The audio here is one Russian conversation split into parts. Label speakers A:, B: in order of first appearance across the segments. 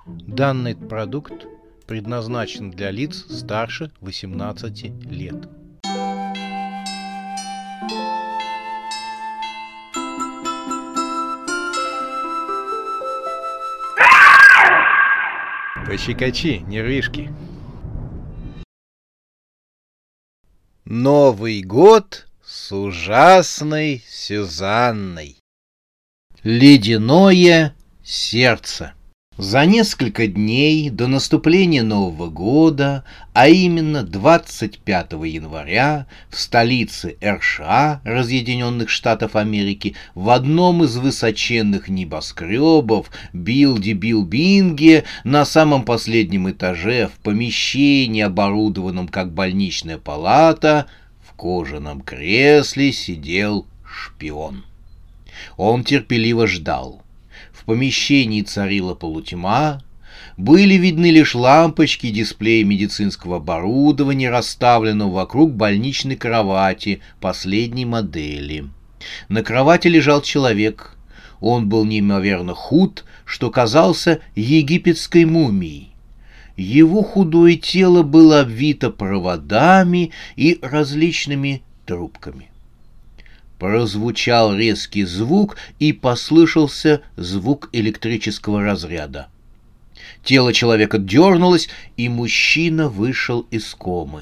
A: Данный продукт предназначен для лиц старше 18 лет. Пощекочи нервишки. Новый год с ужасной Сюзанной. Ледяное сердце. За несколько дней до наступления Нового года, а именно 25 января, в столице США, Разъединенных Штатов Америки, в одном из высоченных небоскребов Билди-Билбинге, на самом последнем этаже, в помещении, оборудованном как больничная палата, в кожаном кресле сидел шпион. Он терпеливо ждал. В помещении царила полутьма, были видны лишь лампочки, дисплеи медицинского оборудования, расставленного вокруг больничной кровати последней модели. На кровати лежал человек. Он был неимоверно худ, что казался египетской мумией. Его худое тело было обвито проводами и различными трубками. Прозвучал резкий звук, и послышался звук электрического разряда. Тело человека дернулось, и мужчина вышел из комы.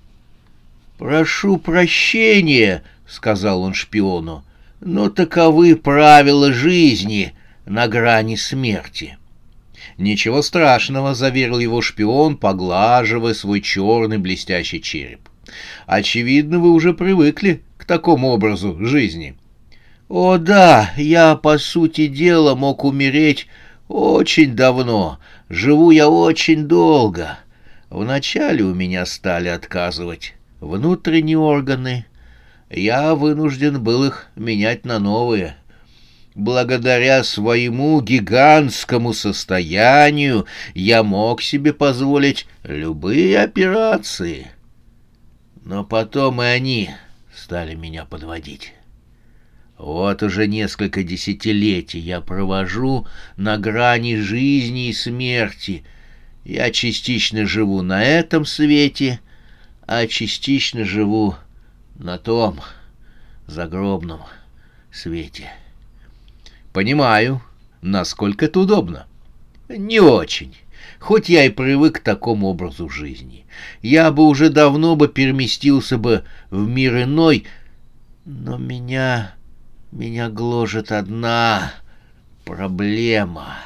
A: «Прошу прощения», — сказал он шпиону, — «но таковы правила жизни на грани смерти». «Ничего страшного», — заверил его шпион, поглаживая свой черный блестящий череп. «Очевидно, вы уже привыкли к такому образу жизни». «О да, я, по сути дела, мог умереть очень давно. Живу я очень долго. Вначале у меня стали отказывать внутренние органы. Я вынужден был их менять на новые. Благодаря своему гигантскому состоянию я мог себе позволить любые операции. Но потом и они стали меня подводить. Вот уже несколько десятилетий я провожу на грани жизни и смерти. Я частично живу на этом свете, а частично живу на том загробном свете. Понимаю, насколько это удобно. Не очень. Хоть я и привык к такому образу жизни. Я бы уже давно переместился бы в мир иной, но меня гложет одна проблема.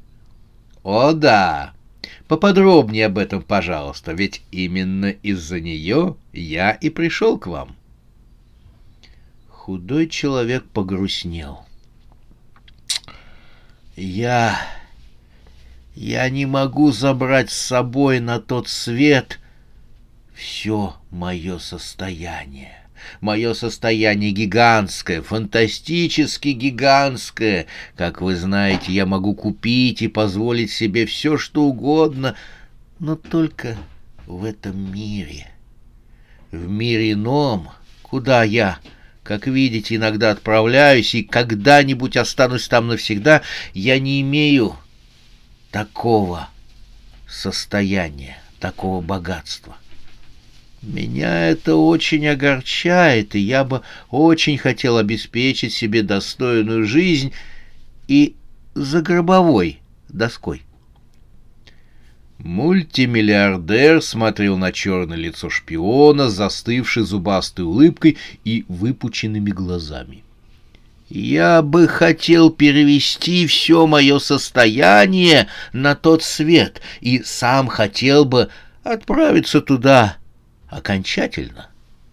A: О да, поподробнее об этом, пожалуйста, ведь именно из-за нее я и пришел к вам. Худой человек погрустнел. Я не могу забрать с собой на тот свет все мое состояние. Мое состояние гигантское, фантастически гигантское. Как вы знаете, я могу купить и позволить себе все, что угодно, но только в этом мире. В мире ином, куда я, как видите, иногда отправляюсь и когда-нибудь останусь там навсегда, я не имею такого состояния, такого богатства. Меня это очень огорчает, и я бы очень хотел обеспечить себе достойную жизнь и за гробовой доской. Мультимиллиардер смотрел на черное лицо шпиона, застывший зубастой улыбкой и выпученными глазами. «Я бы хотел перевести все мое состояние на тот свет и сам хотел бы отправиться туда окончательно».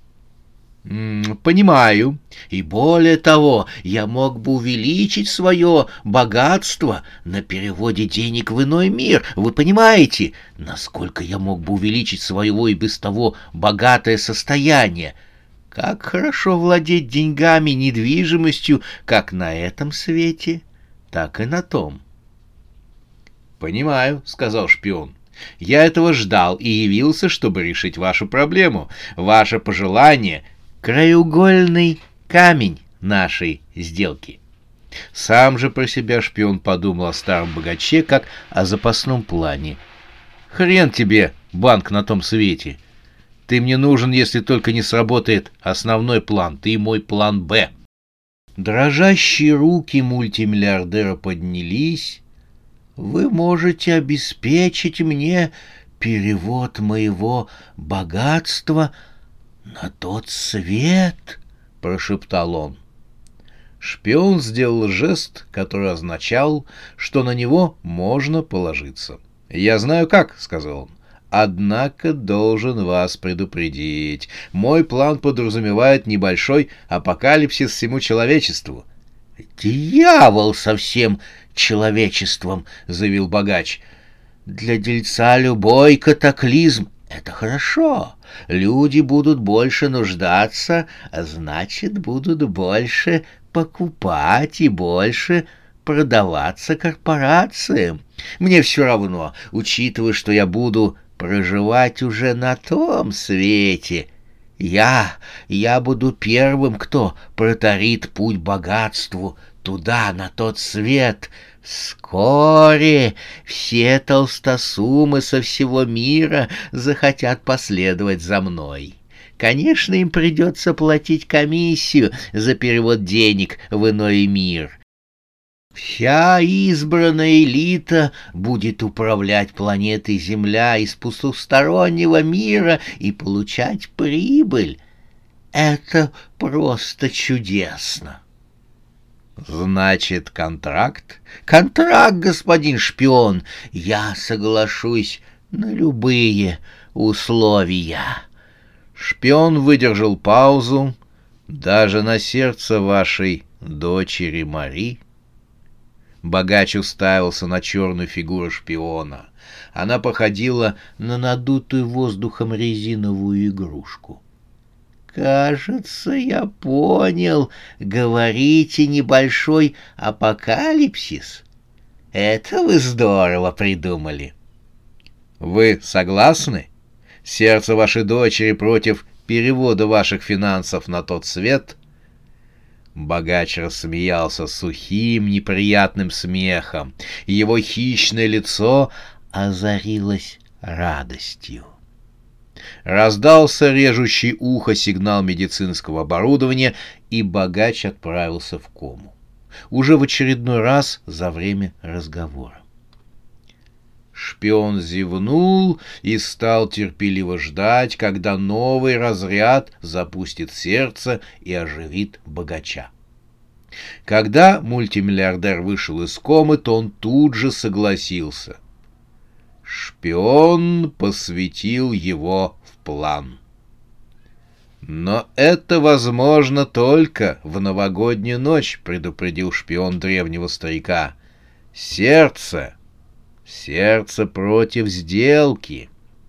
A: «Понимаю. И более того, я мог бы увеличить свое богатство на переводе денег в иной мир. Вы понимаете, насколько я мог бы увеличить своего и без того богатое состояние? Как хорошо владеть деньгами, недвижимостью, как на этом свете, так и на том». «Понимаю», — сказал шпион. «Я этого ждал и явился, чтобы решить вашу проблему. Ваше пожелание — краеугольный камень нашей сделки». Сам же про себя шпион подумал о старом богаче как о запасном плане. «Хрен тебе, банк на том свете! Ты мне нужен, если только не сработает основной план, ты мой план «Б». Дрожащие руки мультимиллиардера поднялись. «Вы можете обеспечить мне перевод моего богатства на тот свет?» — прошептал он. Шпион сделал жест, который означал, что на него можно положиться. «Я знаю как», — сказал он. «Однако должен вас предупредить. Мой план подразумевает небольшой апокалипсис всему человечеству». «Дьявол со всем человечеством», — заявил богач. «Для дельца любой катаклизм — это хорошо. Люди будут больше нуждаться, а значит, будут больше покупать и больше продаваться корпорациям. Мне все равно, учитывая, что я буду проживать уже на том свете. Я буду первым, кто протарит путь богатству туда, на тот свет. Вскоре все толстосумы со всего мира захотят последовать за мной. Конечно, им придется платить комиссию за перевод денег в иной мир. Вся избранная элита будет управлять планетой Земля из потустороннего мира и получать прибыль. Это просто чудесно». «Значит, контракт?» «Контракт, господин шпион. Я соглашусь на любые условия». Шпион выдержал паузу. «Даже на сердце вашей дочери Мари?» Богач уставился на черную фигуру шпиона. Она походила на надутую воздухом резиновую игрушку. «Кажется, я понял. Говорите, небольшой апокалипсис? Это вы здорово придумали». «Вы согласны? Сердце вашей дочери против перевода ваших финансов на тот свет?» Богач рассмеялся сухим, неприятным смехом. Его хищное лицо озарилось радостью. Раздался режущий ухо сигнал медицинского оборудования, и богач отправился в кому. Уже в очередной раз за время разговора. Шпион зевнул и стал терпеливо ждать, когда новый разряд запустит сердце и оживит богача. Когда мультимиллиардер вышел из комы, то он тут же согласился. Шпион посвятил его в план. «Но это возможно только в новогоднюю ночь», — предупредил шпион древнего старика. «Сердце против сделки».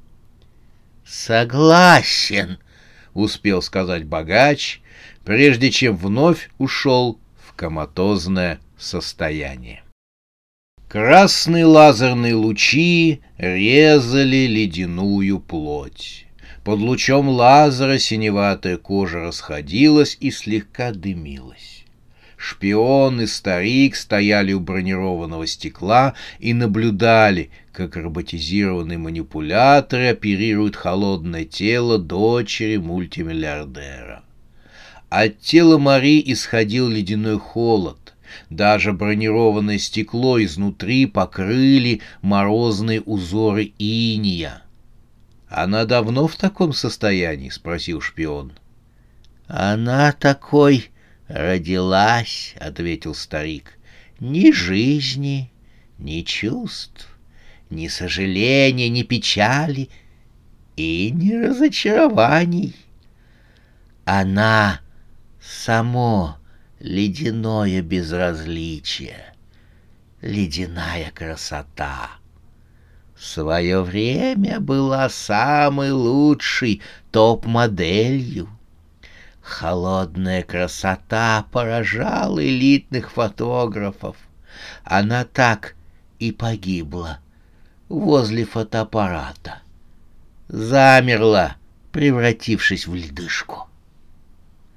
A: «Согласен», — успел сказать богач, прежде чем вновь ушел в коматозное состояние. Красные лазерные лучи резали ледяную плоть. Под лучом лазера синеватая кожа расходилась и слегка дымилась. Шпион и старик стояли у бронированного стекла и наблюдали, как роботизированные манипуляторы оперируют холодное тело дочери мультимиллиардера. От тела Мари исходил ледяной холод. Даже бронированное стекло изнутри покрыли морозные узоры инея. «Она давно в таком состоянии?» — спросил шпион. «Она такой родилась», — ответил старик. «Ни жизни, ни чувств, ни сожаления, ни печали и ни разочарований. Она само ледяное безразличие, ледяная красота. В свое время была самой лучшей топ-моделью. Холодная красота поражала элитных фотографов. Она так и погибла возле фотоаппарата. Замерла, превратившись в ледышку».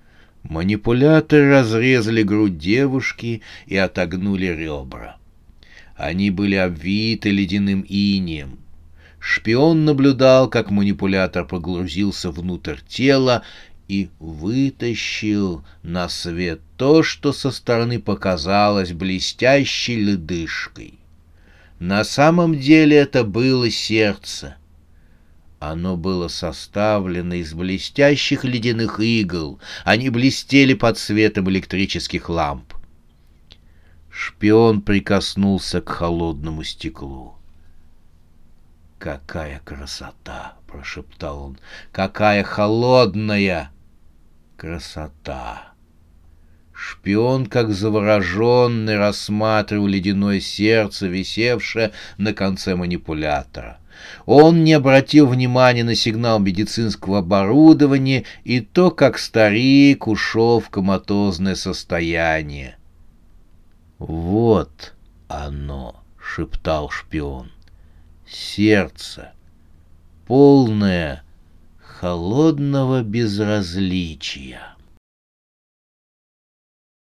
A: Манипуляторы разрезали грудь девушки и отогнули ребра. Они были обвиты ледяным инеем. Шпион наблюдал, как манипулятор погрузился внутрь тела и вытащил на свет то, что со стороны показалось блестящей ледышкой. На самом деле это было сердце. Оно было составлено из блестящих ледяных игл. Они блестели под светом электрических ламп. Шпион прикоснулся к холодному стеклу. «Какая красота!» — прошептал он. «Какая холодная красота!» Шпион, как завороженный, рассматривал ледяное сердце, висевшее на конце манипулятора. Он не обратил внимания на сигнал медицинского оборудования и то, как старик ушел в коматозное состояние. «Вот оно!» — шептал шпион. «Сердце, полное холодного безразличия».